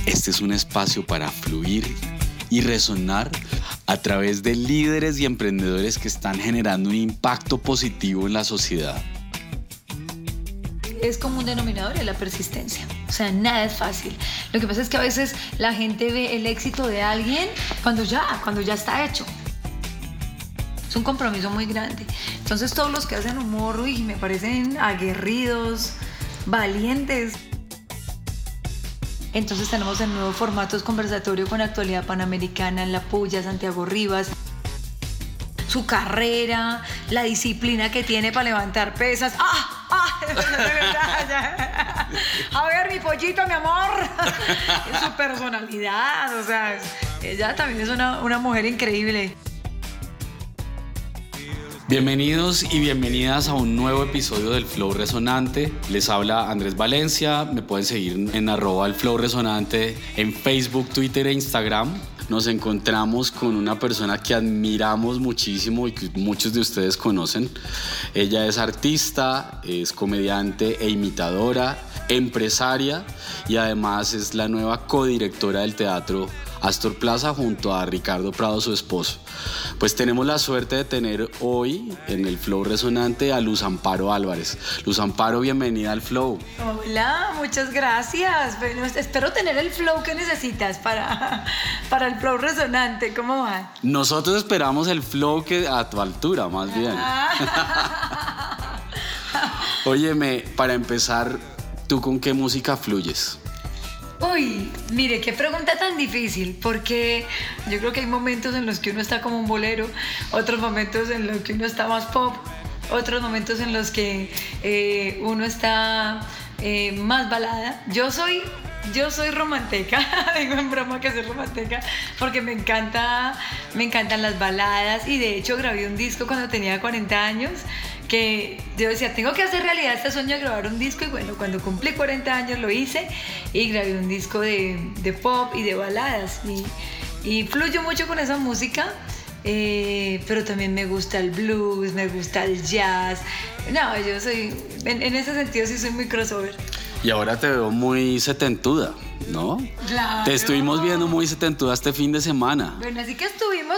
Este es un espacio para fluir y resonar a través de líderes y emprendedores que están generando un impacto positivo en la sociedad. Es como un denominador de la persistencia. O sea, nada es fácil. Lo que pasa es que a veces la gente ve el éxito de alguien cuando ya está hecho. Es un compromiso muy grande. Entonces todos los que hacen humor, me parecen aguerridos, valientes. Entonces tenemos el nuevo formato conversatorio con actualidad panamericana, La Puya, Santiago Rivas. Su carrera, la disciplina que tiene para levantar pesas. A ver, mi pollito, mi amor. Su personalidad, o sea, ella también es una mujer increíble. Bienvenidos y bienvenidas a un nuevo episodio del Flow Resonante. Les habla Andrés Valencia. Me pueden seguir en @elflowresonante en Facebook, Twitter e Instagram. Nos encontramos con una persona que admiramos muchísimo y que muchos de ustedes conocen. Ella es artista, es comediante e imitadora, empresaria y además es la nueva codirectora del teatro Astor Plaza junto a Ricardo Prado, su esposo. Pues tenemos la suerte de tener hoy en el Flow Resonante a Luz Amparo Álvarez. Luz Amparo, bienvenida al Flow. Hola, muchas gracias. Bueno, espero tener el flow que necesitas para el Flow Resonante. ¿Cómo va? Nosotros esperamos el flow que a tu altura, más bien. Óyeme, para empezar, ¿tú con qué música fluyes? Uy, mire, qué pregunta tan difícil, porque yo creo que hay momentos en los que uno está como un bolero, otros momentos en los que uno está más pop, otros momentos en los que uno está más balada. Yo soy romántica, digo en broma que soy romántica, porque me encantan las baladas y de hecho grabé un disco cuando tenía 40 años. Que yo decía, tengo que hacer realidad este sueño de grabar un disco y bueno, cuando cumplí 40 años lo hice y grabé un disco de pop y de baladas y fluyo mucho con esa música, pero también me gusta el blues, me gusta el jazz. No, yo soy, en ese sentido sí soy muy crossover. Y ahora te veo muy setentuda, ¿no? Claro. Te estuvimos viendo muy setentuda este fin de semana. Bueno, así que estuvimos.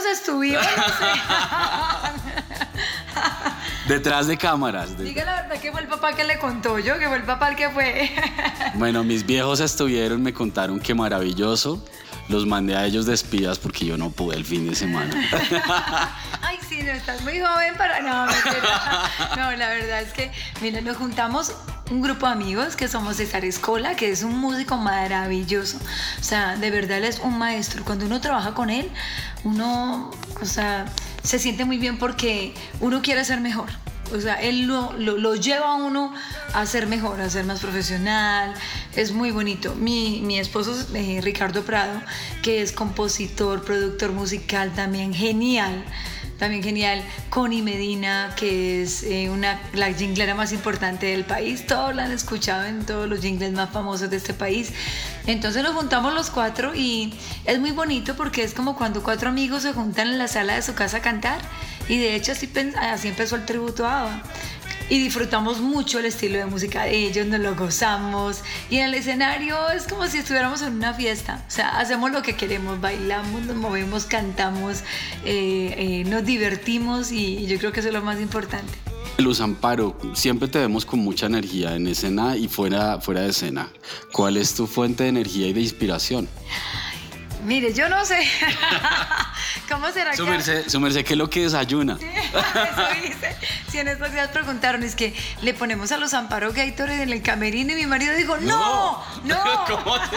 Detrás de cámaras. Diga la verdad que fue el papá que le contó yo, que fue el papá el que fue. Bueno, mis viejos estuvieron, me contaron que maravilloso. Los mandé a ellos despidas porque yo no pude el fin de semana. Ay, sí, no, estás muy joven para... No, mentira. No, la verdad es que, mira, nos juntamos un grupo de amigos que somos César Escola, que es un músico maravilloso. O sea, de verdad él es un maestro. Cuando uno trabaja con él, uno, o sea, se siente muy bien porque uno quiere ser mejor. O sea, él lo lleva a uno a ser mejor, a ser más profesional. Es muy bonito. Mi esposo es Ricardo Prado, que es compositor, productor musical, también genial. Connie Medina, que es la jinglera más importante del país. Todos la han escuchado en todos los jingles más famosos de este país. Entonces nos juntamos los cuatro y es muy bonito porque es como cuando cuatro amigos se juntan en la sala de su casa a cantar. Y de hecho así empezó el tributo a ABBA. Y disfrutamos mucho el estilo de música de ellos, nos lo gozamos. Y en el escenario es como si estuviéramos en una fiesta. O sea, hacemos lo que queremos, bailamos, nos movemos, cantamos, nos divertimos y yo creo que eso es lo más importante. Luz Amparo, siempre te vemos con mucha energía en escena y fuera de escena. ¿Cuál es tu fuente de energía y de inspiración? Mire, yo no sé. ¿Cómo será que...? Su merced, ¿qué es lo que desayuna? Sí, eso dice. Si en estos días preguntaron, es que le ponemos a Luz Amparo Gatorade en el camerino y mi marido dijo, ¡No! ¿Cómo te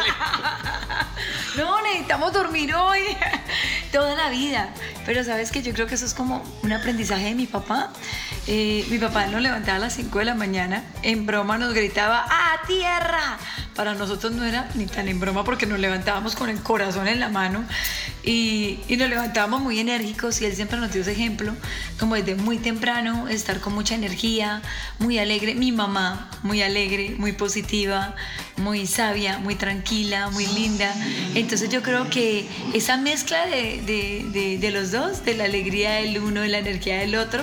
No, necesitamos dormir hoy. Toda la vida. Pero ¿sabes qué? Yo creo que eso es como un aprendizaje de mi papá. Mi papá nos levantaba a las 5 de la mañana. En broma nos gritaba, ¡a tierra! Para nosotros no era ni tan en broma porque nos levantábamos con el corazón en la mano y nos levantábamos muy enérgicos y él siempre nos dio ese ejemplo, como desde muy temprano, estar con mucha energía, muy alegre. Mi mamá, muy alegre, muy positiva, muy sabia, muy tranquila, muy linda. Entonces yo creo que esa mezcla de los dos, de la alegría del uno y la energía del otro,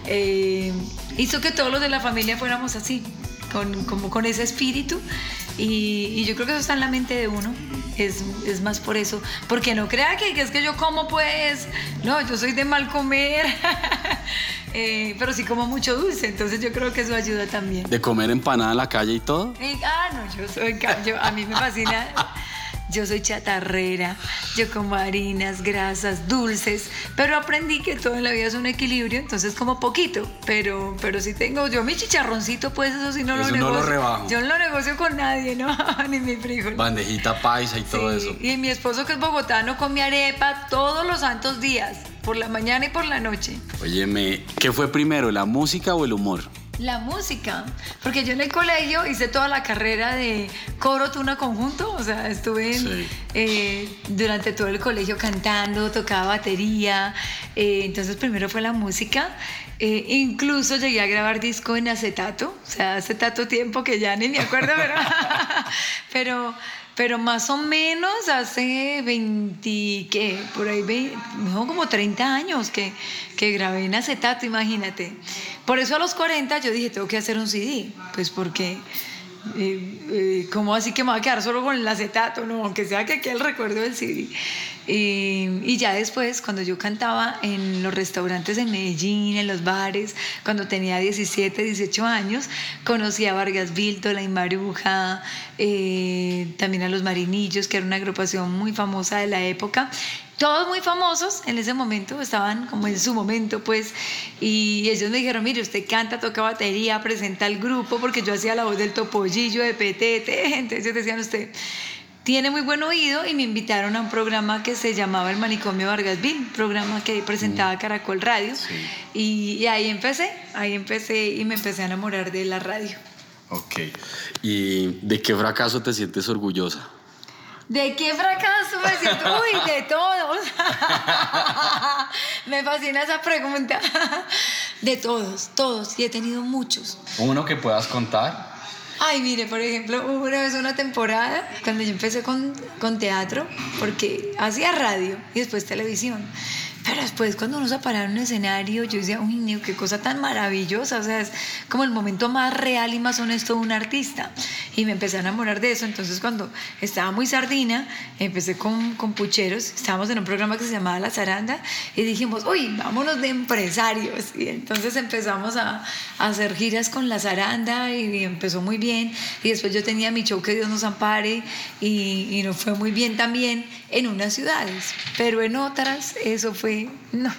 hizo que todos los de la familia fuéramos así, como con ese espíritu. Y yo creo que eso está en la mente de uno. es más por eso. Porque no crea que es que yo como pues, no, yo soy de mal comer, pero sí como mucho dulce, entonces yo creo que eso ayuda también. ¿De comer empanada en la calle y todo? No, a mí me fascina. Yo soy chatarrera, yo como harinas, grasas, dulces, pero aprendí que todo en la vida es un equilibrio, entonces como poquito, pero sí tengo, yo mi chicharroncito, pues eso sí no lo negocio. No lo rebajo. Yo no lo negocio con nadie, ¿no? Ni mi frijol. Bandejita paisa y todo eso. Y mi esposo, que es bogotano, come arepa todos los santos días, por la mañana y por la noche. Óyeme, ¿qué fue primero, la música o el humor? La música, porque yo en el colegio hice toda la carrera de coro, tuna, conjunto, o sea, estuve durante todo el colegio cantando, tocaba batería, entonces primero fue la música, incluso llegué a grabar disco en acetato, o sea, hace tanto tiempo que ya ni me acuerdo, pero más o menos hace 20, ¿qué? Por ahí, como 30 años que grabé en acetato, imagínate. Por eso a los 40 yo dije, tengo que hacer un CD, pues porque, ¿cómo así que me voy a quedar solo con el acetato? No, aunque sea que quede el recuerdo del CD. Y ya después, cuando yo cantaba en los restaurantes en Medellín, en los bares, cuando tenía 17, 18 años, conocí a Vargas Viltola y Maruja, también a Los Marinillos, que era una agrupación muy famosa de la época. Todos muy famosos en ese momento, estaban como en su momento, pues, y ellos me dijeron, mire, usted canta, toca batería, presenta el grupo, porque yo hacía la voz del Topollillo, de Petete, entonces decían, usted tiene muy buen oído, y me invitaron a un programa que se llamaba El Manicomio Vargasville, programa que presentaba Caracol Radio, y ahí empecé y me empecé a enamorar de la radio. Ok, ¿y de qué fracaso te sientes orgullosa? ¿De qué fracaso me siento? Uy, de todos. Me fascina esa pregunta. De todos. Y he tenido muchos. ¿Uno que puedas contar? Ay, mire, por ejemplo, hubo una vez una temporada cuando yo empecé con teatro, porque hacía radio y después televisión. Pero después, cuando uno se paraba en un escenario, yo decía, uy, Neo, qué cosa tan maravillosa. O sea, es como el momento más real y más honesto de un artista. Y me empecé a enamorar de eso. Entonces, cuando estaba muy sardina, empecé con Pucheros. Estábamos en un programa que se llamaba La Zaranda. Y dijimos, uy, vámonos de empresarios. Y entonces empezamos a hacer giras con La Zaranda y empezó muy bien. Y después yo tenía mi show Que Dios nos ampare. Y nos fue muy bien también en unas ciudades. Pero en otras, eso fue... No,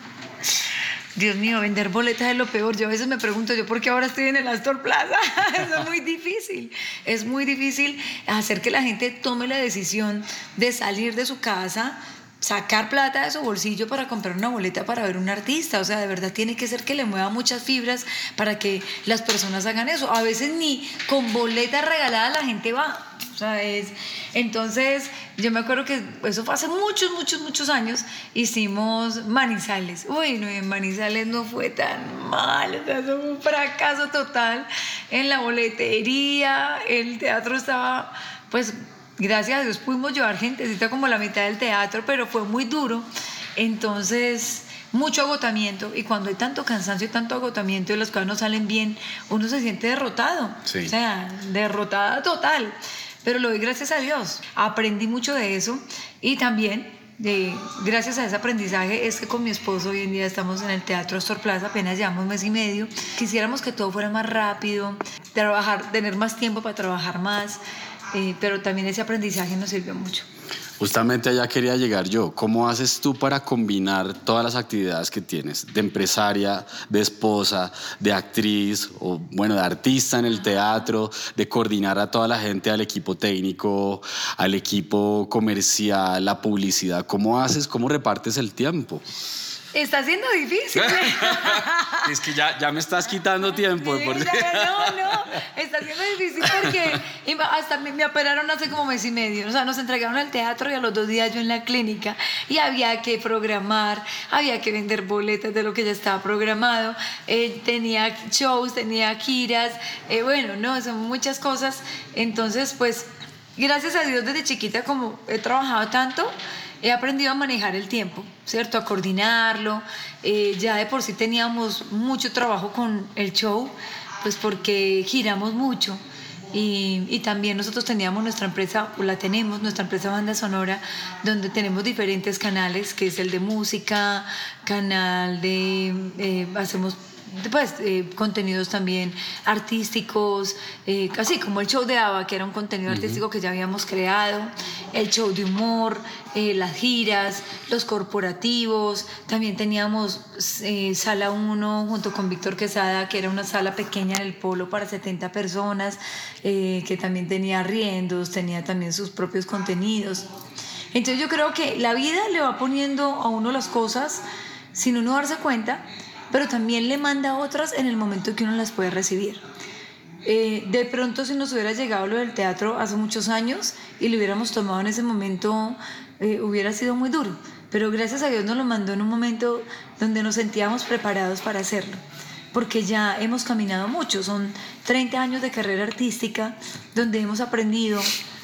Dios mío, vender boletas es lo peor. Yo a veces me pregunto, ¿yo por qué ahora estoy en el Astor Plaza? Eso es muy difícil hacer que la gente tome la decisión de salir de su casa, sacar plata de su bolsillo para comprar una boleta para ver un artista. O sea, de verdad tiene que ser que le mueva muchas fibras para que las personas hagan eso. A veces ni con boleta regalada la gente va. O sea, entonces yo me acuerdo que eso fue hace muchos años. Hicimos Manizales. Uy, no, en Manizales no fue tan mal, o sea, fue un fracaso total en la boletería. El teatro estaba, pues, gracias a Dios pudimos llevar gentecita como la mitad del teatro, pero fue muy duro. Entonces, mucho agotamiento, y cuando hay tanto cansancio y tanto agotamiento y las cosas no salen bien, uno se siente derrotado. Sí. O sea, derrotada total. Pero lo doy gracias a Dios. Aprendí mucho de eso, y también gracias a ese aprendizaje es que con mi esposo hoy en día estamos en el Teatro Astor Plaza, apenas llevamos mes y medio. Quisiéramos que todo fuera más rápido, tener más tiempo para trabajar más, pero también ese aprendizaje nos sirvió mucho. Justamente allá quería llegar yo. ¿Cómo haces tú para combinar todas las actividades que tienes? De empresaria, de esposa, de actriz, o bueno, de artista en el teatro, de coordinar a toda la gente, al equipo técnico, al equipo comercial, la publicidad. ¿Cómo haces? ¿Cómo repartes el tiempo? Está siendo difícil. Es que ya me estás quitando tiempo. Sí, no, está siendo difícil porque hasta me operaron hace como mes y medio. O sea, nos entregaron al teatro y a los 2 días yo en la clínica, y había que programar, había que vender boletas de lo que ya estaba programado. Tenía shows, tenía giras, bueno, no, son muchas cosas. Entonces, pues, gracias a Dios, desde chiquita, como he trabajado tanto, he aprendido a manejar el tiempo, ¿cierto? A coordinarlo. Ya de por sí teníamos mucho trabajo con el show, pues porque giramos mucho. Y también nosotros teníamos nuestra empresa, o la tenemos, nuestra empresa Banda Sonora, donde tenemos diferentes canales, que es el de música, canal de, hacemos pues contenidos también artísticos, así como el show de ABBA, que era un contenido artístico que ya habíamos creado, el show de humor, las giras, los corporativos. También teníamos Sala 1 junto con Víctor Quesada, que era una sala pequeña en el Polo para 70 personas, que también tenía arriendos, tenía también sus propios contenidos. Entonces yo creo que la vida le va poniendo a uno las cosas sin uno darse cuenta, pero también le manda otras en el momento que uno las puede recibir. De pronto, si nos hubiera llegado lo del teatro hace muchos años y lo hubiéramos tomado en ese momento, hubiera sido muy duro, pero gracias a Dios nos lo mandó en un momento donde nos sentíamos preparados para hacerlo, porque ya hemos caminado mucho. Son 30 años de carrera artística donde hemos aprendido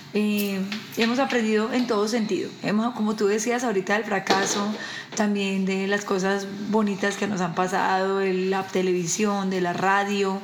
en todo sentido. Como tú decías ahorita, del fracaso, también de las cosas bonitas que nos han pasado, de la televisión, de la radio,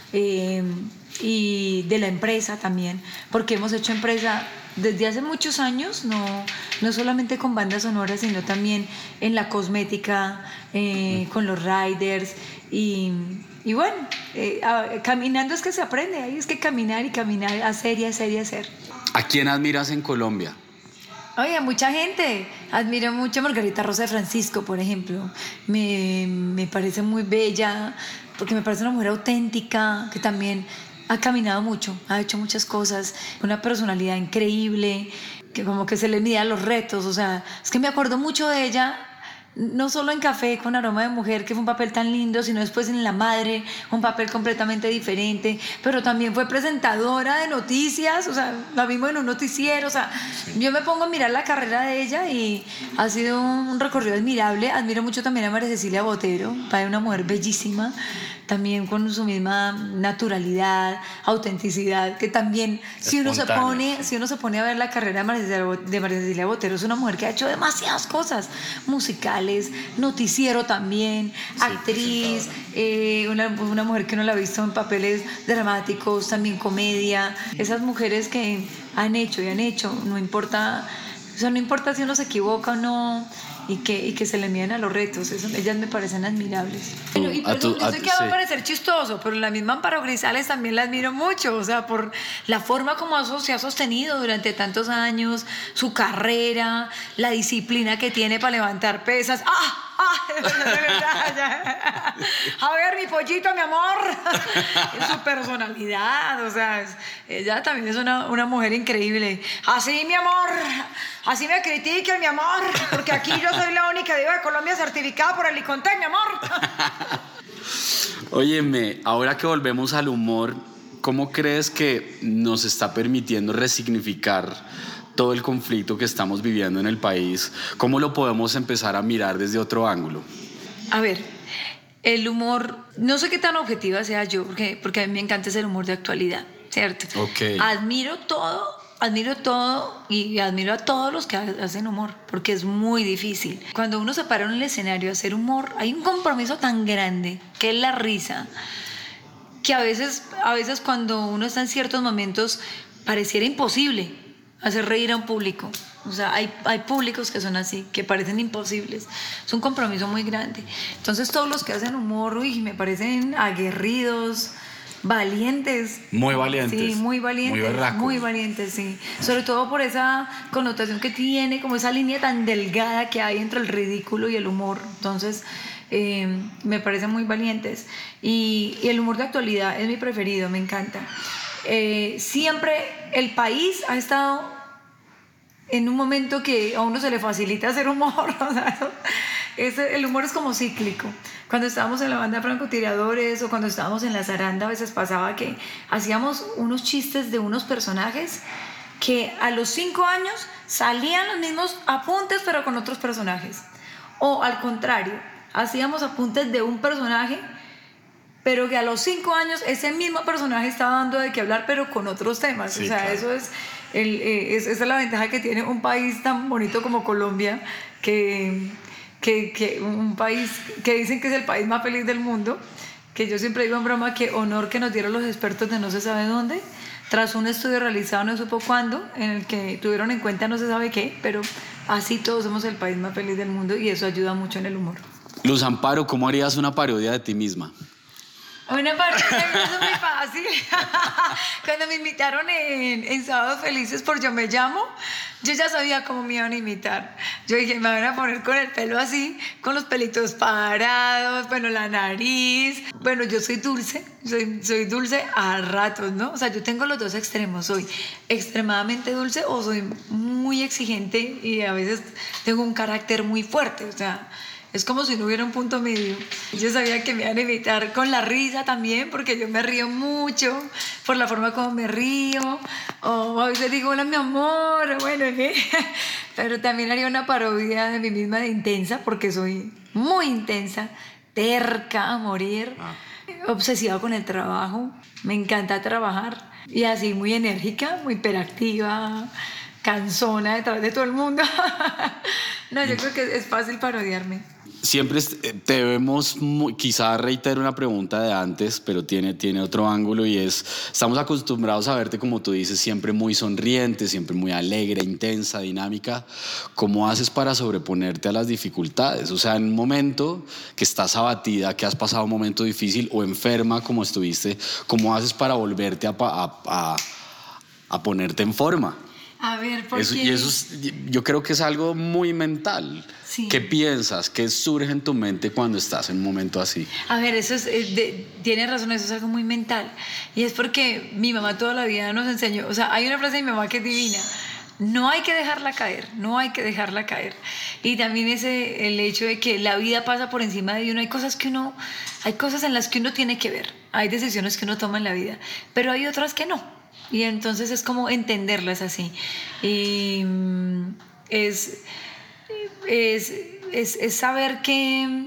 y de la empresa también, porque hemos hecho empresa desde hace muchos años, no solamente con bandas sonoras, sino también en la cosmética, con los riders, y bueno, caminando es que se aprende, ahí es que caminar y caminar, hacer y hacer y hacer. ¿A quién admiras en Colombia? Oye, mucha gente. Admiro mucho a Margarita Rosa de Francisco, por ejemplo. Me parece muy bella, porque me parece una mujer auténtica, que también ha caminado mucho, ha hecho muchas cosas, una personalidad increíble, que como que se le mide a los retos. O sea, es que me acuerdo mucho de ella, no solo en Café con Aroma de Mujer, que fue un papel tan lindo, sino después en La Madre, un papel completamente diferente, pero también fue presentadora de noticias, o sea, la vimos en un noticiero. O sea, yo me pongo a mirar la carrera de ella y ha sido un recorrido admirable. Admiro mucho también a María Cecilia Botero, una mujer bellísima, también con su misma naturalidad, autenticidad, que también si uno se pone a ver la carrera de María Cecilia Botero, es una mujer que ha hecho demasiadas cosas musicales, noticiero también, actriz, una mujer que uno la ha visto en papeles dramáticos, también comedia. Esas mujeres que han hecho, no importa, o sea, no importa si uno se equivoca o no, y que se le miden a los retos. Ellas me parecen admirables. Bueno, y perdón, yo sé que va a parecer chistoso, pero la misma Amparo Grisales también la admiro mucho, o sea, por la forma como se ha sostenido durante tantos años, su carrera, la disciplina que tiene para levantar pesas. De verdad. A ver, mi pollito, mi amor. Es su personalidad, o sea, ella también es una mujer increíble. Así, mi amor, así me critiquen, mi amor, porque aquí yo soy la única diva de Colombia certificada por el Icontec, mi amor. Óyeme, ahora que volvemos al humor, ¿cómo crees que nos está permitiendo resignificar todo el conflicto que estamos viviendo en el país? ¿Cómo lo podemos empezar a mirar desde otro ángulo? A ver, el humor, no sé qué tan objetiva sea yo, porque a mí me encanta ese humor de actualidad, ¿cierto? Okay. Admiro todo y admiro a todos los que hacen humor, porque es muy difícil. Cuando uno se para en el escenario a hacer humor, hay un compromiso tan grande que es la risa, que a veces cuando uno está en ciertos momentos pareciera imposible hacer reír a un público. O sea, hay públicos que son así, que parecen imposibles. Es un compromiso muy grande. Entonces todos los que hacen humor, me parecen aguerridos, valientes. Muy valientes. Sí, muy valientes. Muy berracos. Muy valientes, sí. Sobre todo por esa connotación que tiene, como esa línea tan delgada que hay entre el ridículo y el humor. Entonces, me parecen muy valientes. Y el humor de actualidad es mi preferido, me encanta. Siempre el país ha estado en un momento que a uno se le facilita hacer humor. O sea, el humor es como cíclico. Cuando estábamos en la banda Francotiradores o cuando estábamos en la zaranda, a veces pasaba que hacíamos unos chistes de unos personajes que a los 5 años salían los mismos apuntes pero con otros personajes, o al contrario, hacíamos apuntes de un personaje pero que a los 5 años ese mismo personaje estaba dando de qué hablar pero con otros temas. Sí, o sea, claro. Eso es esa es la ventaja que tiene un país tan bonito como Colombia, que un país que dicen que es el país más feliz del mundo, que yo siempre digo en broma que honor que nos dieron los expertos de no se sabe dónde, tras un estudio realizado no supo cuándo, en el que tuvieron en cuenta no se sabe qué, pero así todos somos el país más feliz del mundo y eso ayuda mucho en el humor. Luz Amparo, ¿cómo harías una parodia de ti misma? Una parte eso es muy fácil. Cuando me invitaron en Sábados Felices por Yo Me Llamo, yo ya sabía cómo me iban a imitar. Yo dije, me van a poner con el pelo así, con los pelitos parados, bueno, la nariz. Bueno, yo soy dulce, soy dulce a ratos, ¿no? O sea, yo tengo los dos extremos. Soy extremadamente dulce o soy muy exigente y a veces tengo un carácter muy fuerte, o sea... Es como si no hubiera un punto medio. Yo sabía que me iban a imitar con la risa también, porque yo me río mucho por la forma como me río. O a veces digo, hola, mi amor. Bueno, ¿qué? Pero también haría una parodia de mí misma de intensa, porque soy muy intensa, terca a morir, obsesiva con el trabajo. Me encanta trabajar. Y así muy enérgica, muy hiperactiva, cansona detrás de todo el mundo. No, yo creo que es fácil parodiarme. Siempre te vemos, quizá reitero una pregunta de antes, pero tiene otro ángulo y es, estamos acostumbrados a verte, como tú dices, siempre muy sonriente, siempre muy alegre, intensa, dinámica. ¿Cómo haces para sobreponerte a las dificultades? O sea, en un momento que estás abatida, que has pasado un momento difícil o enferma como estuviste, ¿cómo haces para volverte a ponerte en forma? A ver, ¿por qué? Y eso yo creo que es algo muy mental. Sí. ¿Qué piensas? ¿Qué surge en tu mente cuando estás en un momento así? A ver, eso tienes razón, eso es algo muy mental. Y es porque mi mamá toda la vida nos enseñó, o sea, hay una frase de mi mamá que es divina: no hay que dejarla caer, no hay que dejarla caer. Y también el hecho de que la vida pasa por encima de uno. Hay cosas en las que uno tiene que ver, hay decisiones que uno toma en la vida, pero hay otras que no. Y entonces es como entenderlas así. Y es saber que,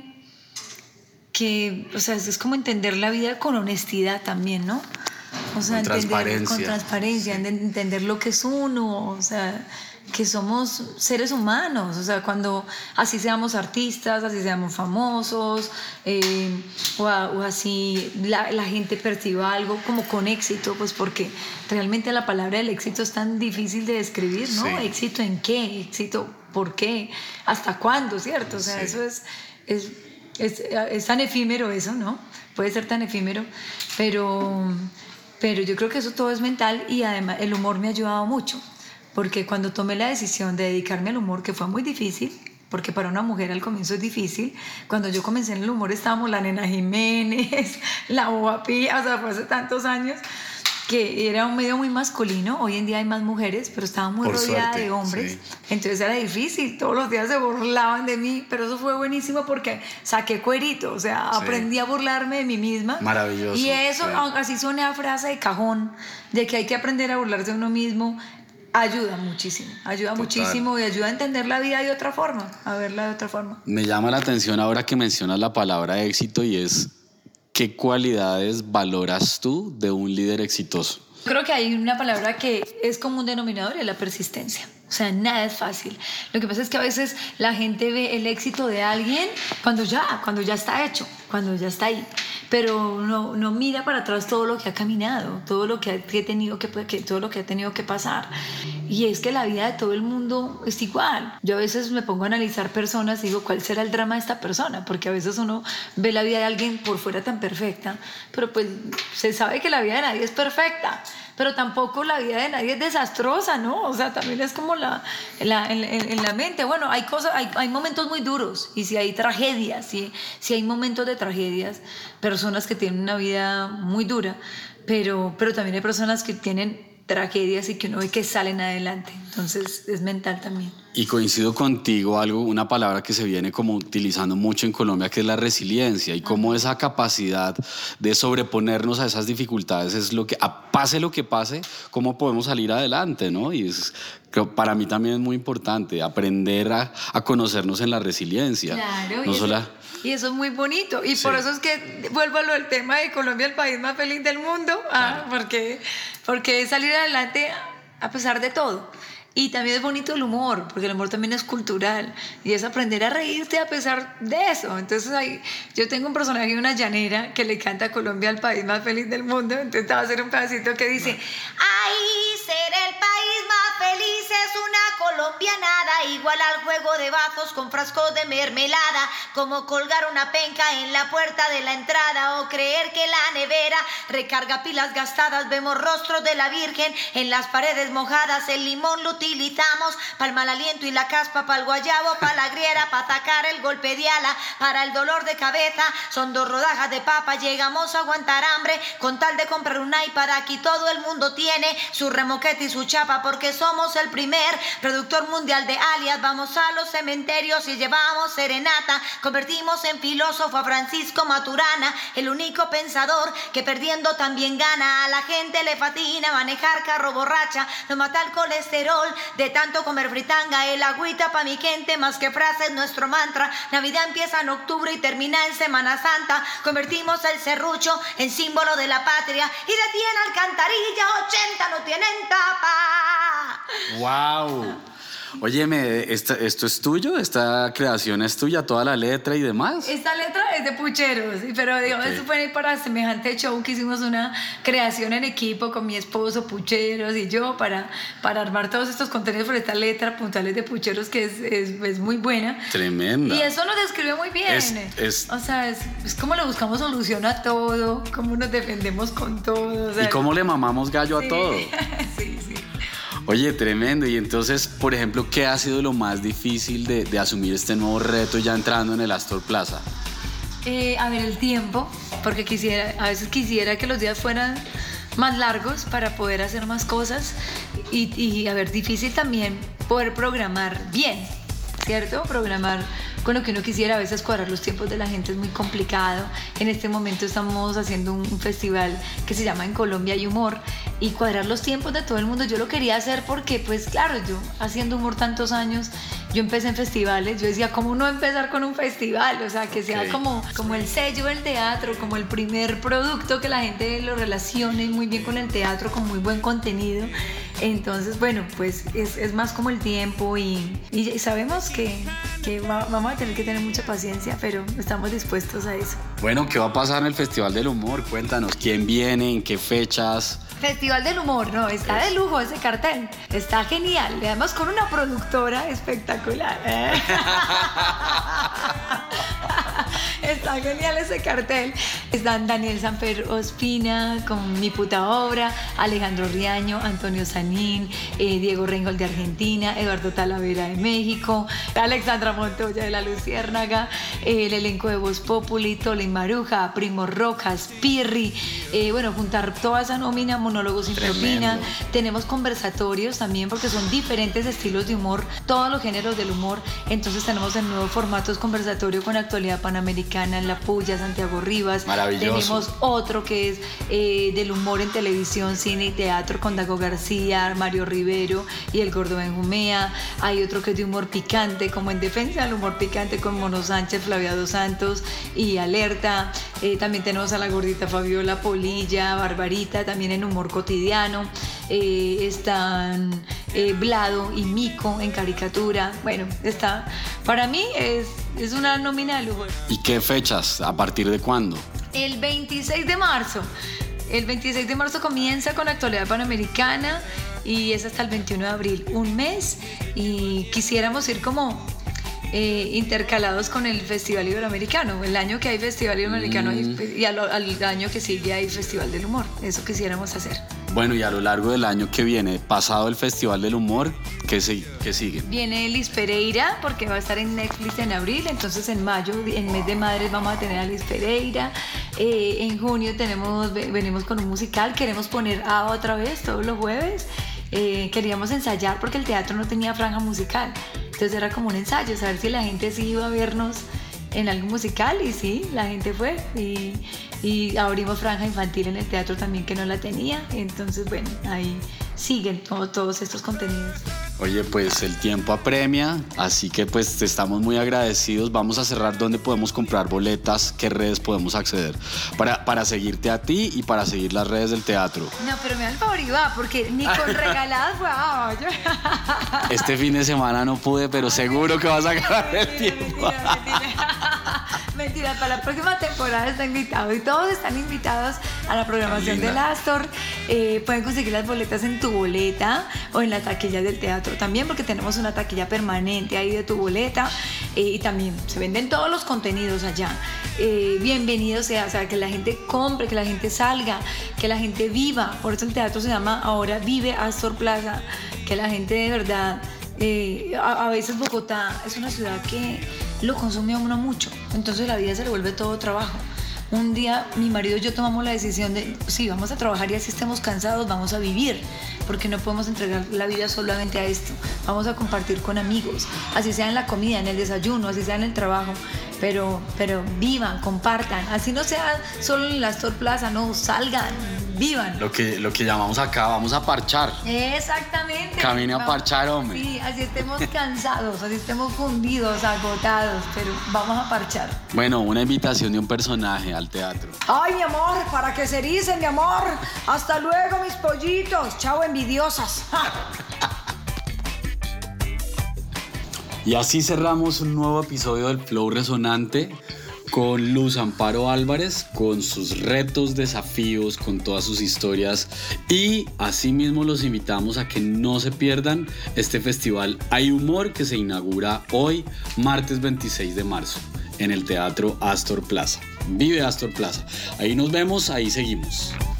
o sea, es como entender la vida con honestidad también, ¿no? O sea, con transparencia, sí. Entender lo que es uno, o sea, que somos seres humanos, o sea, cuando así seamos artistas, así seamos famosos, o así la gente perciba algo como con éxito, pues porque realmente la palabra del éxito es tan difícil de describir, ¿no? Sí. ¿Éxito en qué? ¿Éxito por qué? ¿Hasta cuándo? ¿Cierto? O sea, sí. Eso es tan efímero eso, ¿no? Puede ser tan efímero, pero yo creo que eso todo es mental y además el humor me ha ayudado mucho. Porque cuando tomé la decisión de dedicarme al humor, que fue muy difícil, porque para una mujer al comienzo es difícil, cuando yo comencé en el humor estábamos la Nena Jiménez, la Boba Pía, o sea, fue hace tantos años, que era un medio muy masculino. Hoy en día hay más mujeres, pero estaba muy rodeada de hombres, sí. Entonces era difícil, todos los días se burlaban de mí, pero eso fue buenísimo porque saqué cuerito, o sea, sí. Aprendí a burlarme de mí misma. Maravilloso. Y eso, sí. Así suena a frase de cajón, de que hay que aprender a burlarse de uno mismo. Ayuda muchísimo y ayuda a entender la vida de otra forma, a verla de otra forma. Me llama la atención ahora que mencionas la palabra éxito y es, ¿qué cualidades valoras tú de un líder exitoso? Creo que hay una palabra que es como un denominador, es la persistencia. O sea, nada es fácil. Lo que pasa es que a veces la gente ve el éxito de alguien cuando ya está hecho, cuando ya está ahí. Pero no mira para atrás todo lo que ha caminado, todo lo que ha tenido todo lo que ha tenido que pasar. Y es que la vida de todo el mundo es igual. Yo a veces me pongo a analizar personas y digo, ¿cuál será el drama de esta persona? Porque a veces uno ve la vida de alguien por fuera tan perfecta, pero pues se sabe que la vida de nadie es perfecta. Pero tampoco la vida de nadie es desastrosa, ¿no? O sea, también es como en la mente. Bueno, hay momentos muy duros y si hay tragedias, si hay momentos de tragedias, personas que tienen una vida muy dura, pero también hay personas que tienen tragedias y que uno ve que salen adelante. Entonces es mental también. Y coincido contigo, una palabra que se viene como utilizando mucho en Colombia, que es la resiliencia, y cómo esa capacidad de sobreponernos a esas dificultades es pase lo que pase, cómo podemos salir adelante, ¿no? Y para mí también es muy importante aprender a conocernos en la resiliencia. Claro, no y eso es muy bonito. Y sí. Por eso es que vuelvo a lo del tema de Colombia, el país más feliz del mundo. Claro. Porque es salir adelante a pesar de todo. Y también es bonito el humor, porque el humor también es cultural y es aprender a reírte a pesar de eso. Entonces yo tengo un personaje, una llanera, que le canta Colombia al país más feliz del mundo. Entonces te va a hacer un pedacito que dice: ay, ser el país más feliz es una colombianada, igual al juego de bajos con frascos de mermelada, como colgar una penca en la puerta de la entrada o creer que la nevera recarga pilas gastadas. Vemos rostros de la Virgen en las paredes mojadas, el limón lo utilizamos para el mal aliento y la caspa, para el guayabo, para la griera, para atacar el golpe de ala, para el dolor de cabeza son 2 rodajas de papa. Llegamos a aguantar hambre con tal de comprar un iPad. Aquí todo el mundo tiene su remoquete y su chapa, porque somos el primer productor mundial de alias. Vamos a los cementerios y llevamos serenata, convertimos en filósofo a Francisco Maturana, el único pensador que perdiendo también gana. A la gente le fascina manejar carro borracha, nos mata el colesterol de tanto comer fritanga. El agüita pa' mi gente, más que frases, nuestro mantra. Navidad empieza en octubre y termina en Semana Santa. Convertimos el serrucho en símbolo de la patria, y de 100 alcantarillas 80 no tienen tapa. ¡Wow! Óyeme, ¿esto es tuyo? ¿Esta creación es tuya? ¿Toda la letra y demás? Esta letra es de Pucheros, pero digamos, eso fue para semejante show que hicimos una creación en equipo con mi esposo, Pucheros y yo, para armar todos estos contenidos por esta letra puntuales de Pucheros, que es muy buena. Tremenda. Y eso nos describe muy bien. O sea, es como le buscamos solución a todo, cómo nos defendemos con todo. O sea, ¿y cómo le mamamos gallo a todo? Sí. Oye, tremendo. Y entonces, por ejemplo, ¿qué ha sido lo más difícil de asumir este nuevo reto ya entrando en el Astor Plaza? A ver, el tiempo, porque a veces quisiera que los días fueran más largos para poder hacer más cosas y a ver, difícil también poder programar bien, ¿cierto? Programar con lo que uno quisiera. A veces cuadrar los tiempos de la gente es muy complicado. En este momento estamos haciendo un festival que se llama En Colombia hay humor, y cuadrar los tiempos de todo el mundo, yo lo quería hacer porque, pues claro, yo haciendo humor tantos años, yo empecé en festivales, yo decía, ¿cómo no empezar con un festival? O sea, que sea como el sello del teatro, como el primer producto, que la gente lo relacione muy bien con el teatro, con muy buen contenido. Entonces, bueno, pues es más como el tiempo y sabemos que vamos a tener que tener mucha paciencia, pero estamos dispuestos a eso. Bueno, ¿qué va a pasar en el Festival del Humor? Cuéntanos, ¿quién viene? ¿En qué fechas? Festival del Humor, no, está de lujo ese cartel, está genial, además con una productora espectacular. Está genial ese cartel. Están Daniel Sanfer Ospina con Mi Puta Obra, Alejandro Riaño, Antonio Sanín, Diego Reinhold de Argentina, Eduardo Talavera de México, Alexandra Montoya de La Luciérnaga, el elenco de Voz Populi, Tolín Maruja, Primo Rojas, Pirri, bueno, juntar toda esa nómina, monólogos sin propina. Tenemos conversatorios también, porque son diferentes estilos de humor, todos los géneros del humor. Entonces tenemos en nuevos formatos conversatorio con actualidad panamericana, en La Puya, Santiago Rivas. Maravilloso. Tenemos otro que es del humor en televisión, cine y teatro con Dago García, Mario Rivero y el Gordo Benjumea. Hay otro que es de humor picante, como En Defensa del Humor Picante, con Mono Sánchez, Flavia Dos Santos y Alerta. También tenemos a la gordita Fabiola Polilla, Barbarita, también en humor cotidiano. Están Blado y Mico en caricatura. Bueno, para mí es una nómina de lujo. ¿Y qué fechas? ¿A partir de cuándo? El 26 de marzo. El 26 de marzo comienza con Actualidad Panamericana y es hasta el 21 de abril, un mes, y quisiéramos ir como intercalados con el Festival Iberoamericano. El año que hay Festival Iberoamericano y al año que sigue hay Festival del Humor. Eso quisiéramos hacer. Bueno, y a lo largo del año que viene, pasado el Festival del Humor, ¿qué sigue? Viene Liz Pereira, porque va a estar en Netflix en abril. Entonces en mayo, en mes de madres, vamos a tener a Liz Pereira. En junio venimos con un musical. Queremos poner otra vez todos los jueves. Queríamos ensayar porque el teatro no tenía franja musical. Entonces era como un ensayo, saber si la gente sí iba a vernos en algo musical, y sí, la gente fue, y abrimos franja infantil en el teatro también, que no la tenía. Entonces, bueno, ahí siguen todos estos contenidos. Oye, pues el tiempo apremia, así que pues te estamos muy agradecidos. Vamos a cerrar dónde podemos comprar boletas, qué redes podemos acceder para seguirte a ti y para seguir las redes del teatro. No, pero me da el favor y va, porque ni con regaladas wow. Este fin de semana no pude, pero seguro que vas a ganar el tiempo. Mentira, para la próxima temporada está invitado y todos están invitados a la programación del Astor. Pueden conseguir las boletas en Tu Boleta o en la taquilla del teatro también, porque tenemos una taquilla permanente ahí de Tu Boleta, y también se venden todos los contenidos allá. Bienvenido sea, o sea, que la gente compre, que la gente salga, que la gente viva. Por eso el teatro se llama ahora Vive Astor Plaza, que la gente de verdad... a veces Bogotá es una ciudad que lo consume a uno mucho, entonces la vida se le vuelve todo trabajo. Un día mi marido y yo tomamos la decisión de, sí, vamos a trabajar y así estemos cansados, vamos a vivir, porque no podemos entregar la vida solamente a esto. Vamos a compartir con amigos, así sea en la comida, en el desayuno, así sea en el trabajo, pero vivan, compartan, así no sea solo en la Astor Plaza, no, salgan, vivan. Lo que llamamos acá, vamos a parchar. Exactamente. Camine a parchar, hombre. Sí, así estemos cansados, así estemos fundidos, agotados, pero vamos a parchar. Bueno, una invitación de un personaje al teatro. Ay, mi amor, para que se ericen, mi amor. Hasta luego, mis pollitos. Chao, envidiosas. Y así cerramos un nuevo episodio del Flow Resonante con Luz Amparo Álvarez, con sus retos, desafíos, con todas sus historias. Y asimismo los invitamos a que no se pierdan este festival Hay Humor, que se inaugura hoy, martes 26 de marzo, en el Teatro Astor Plaza. Vive Astor Plaza. Ahí nos vemos, ahí seguimos.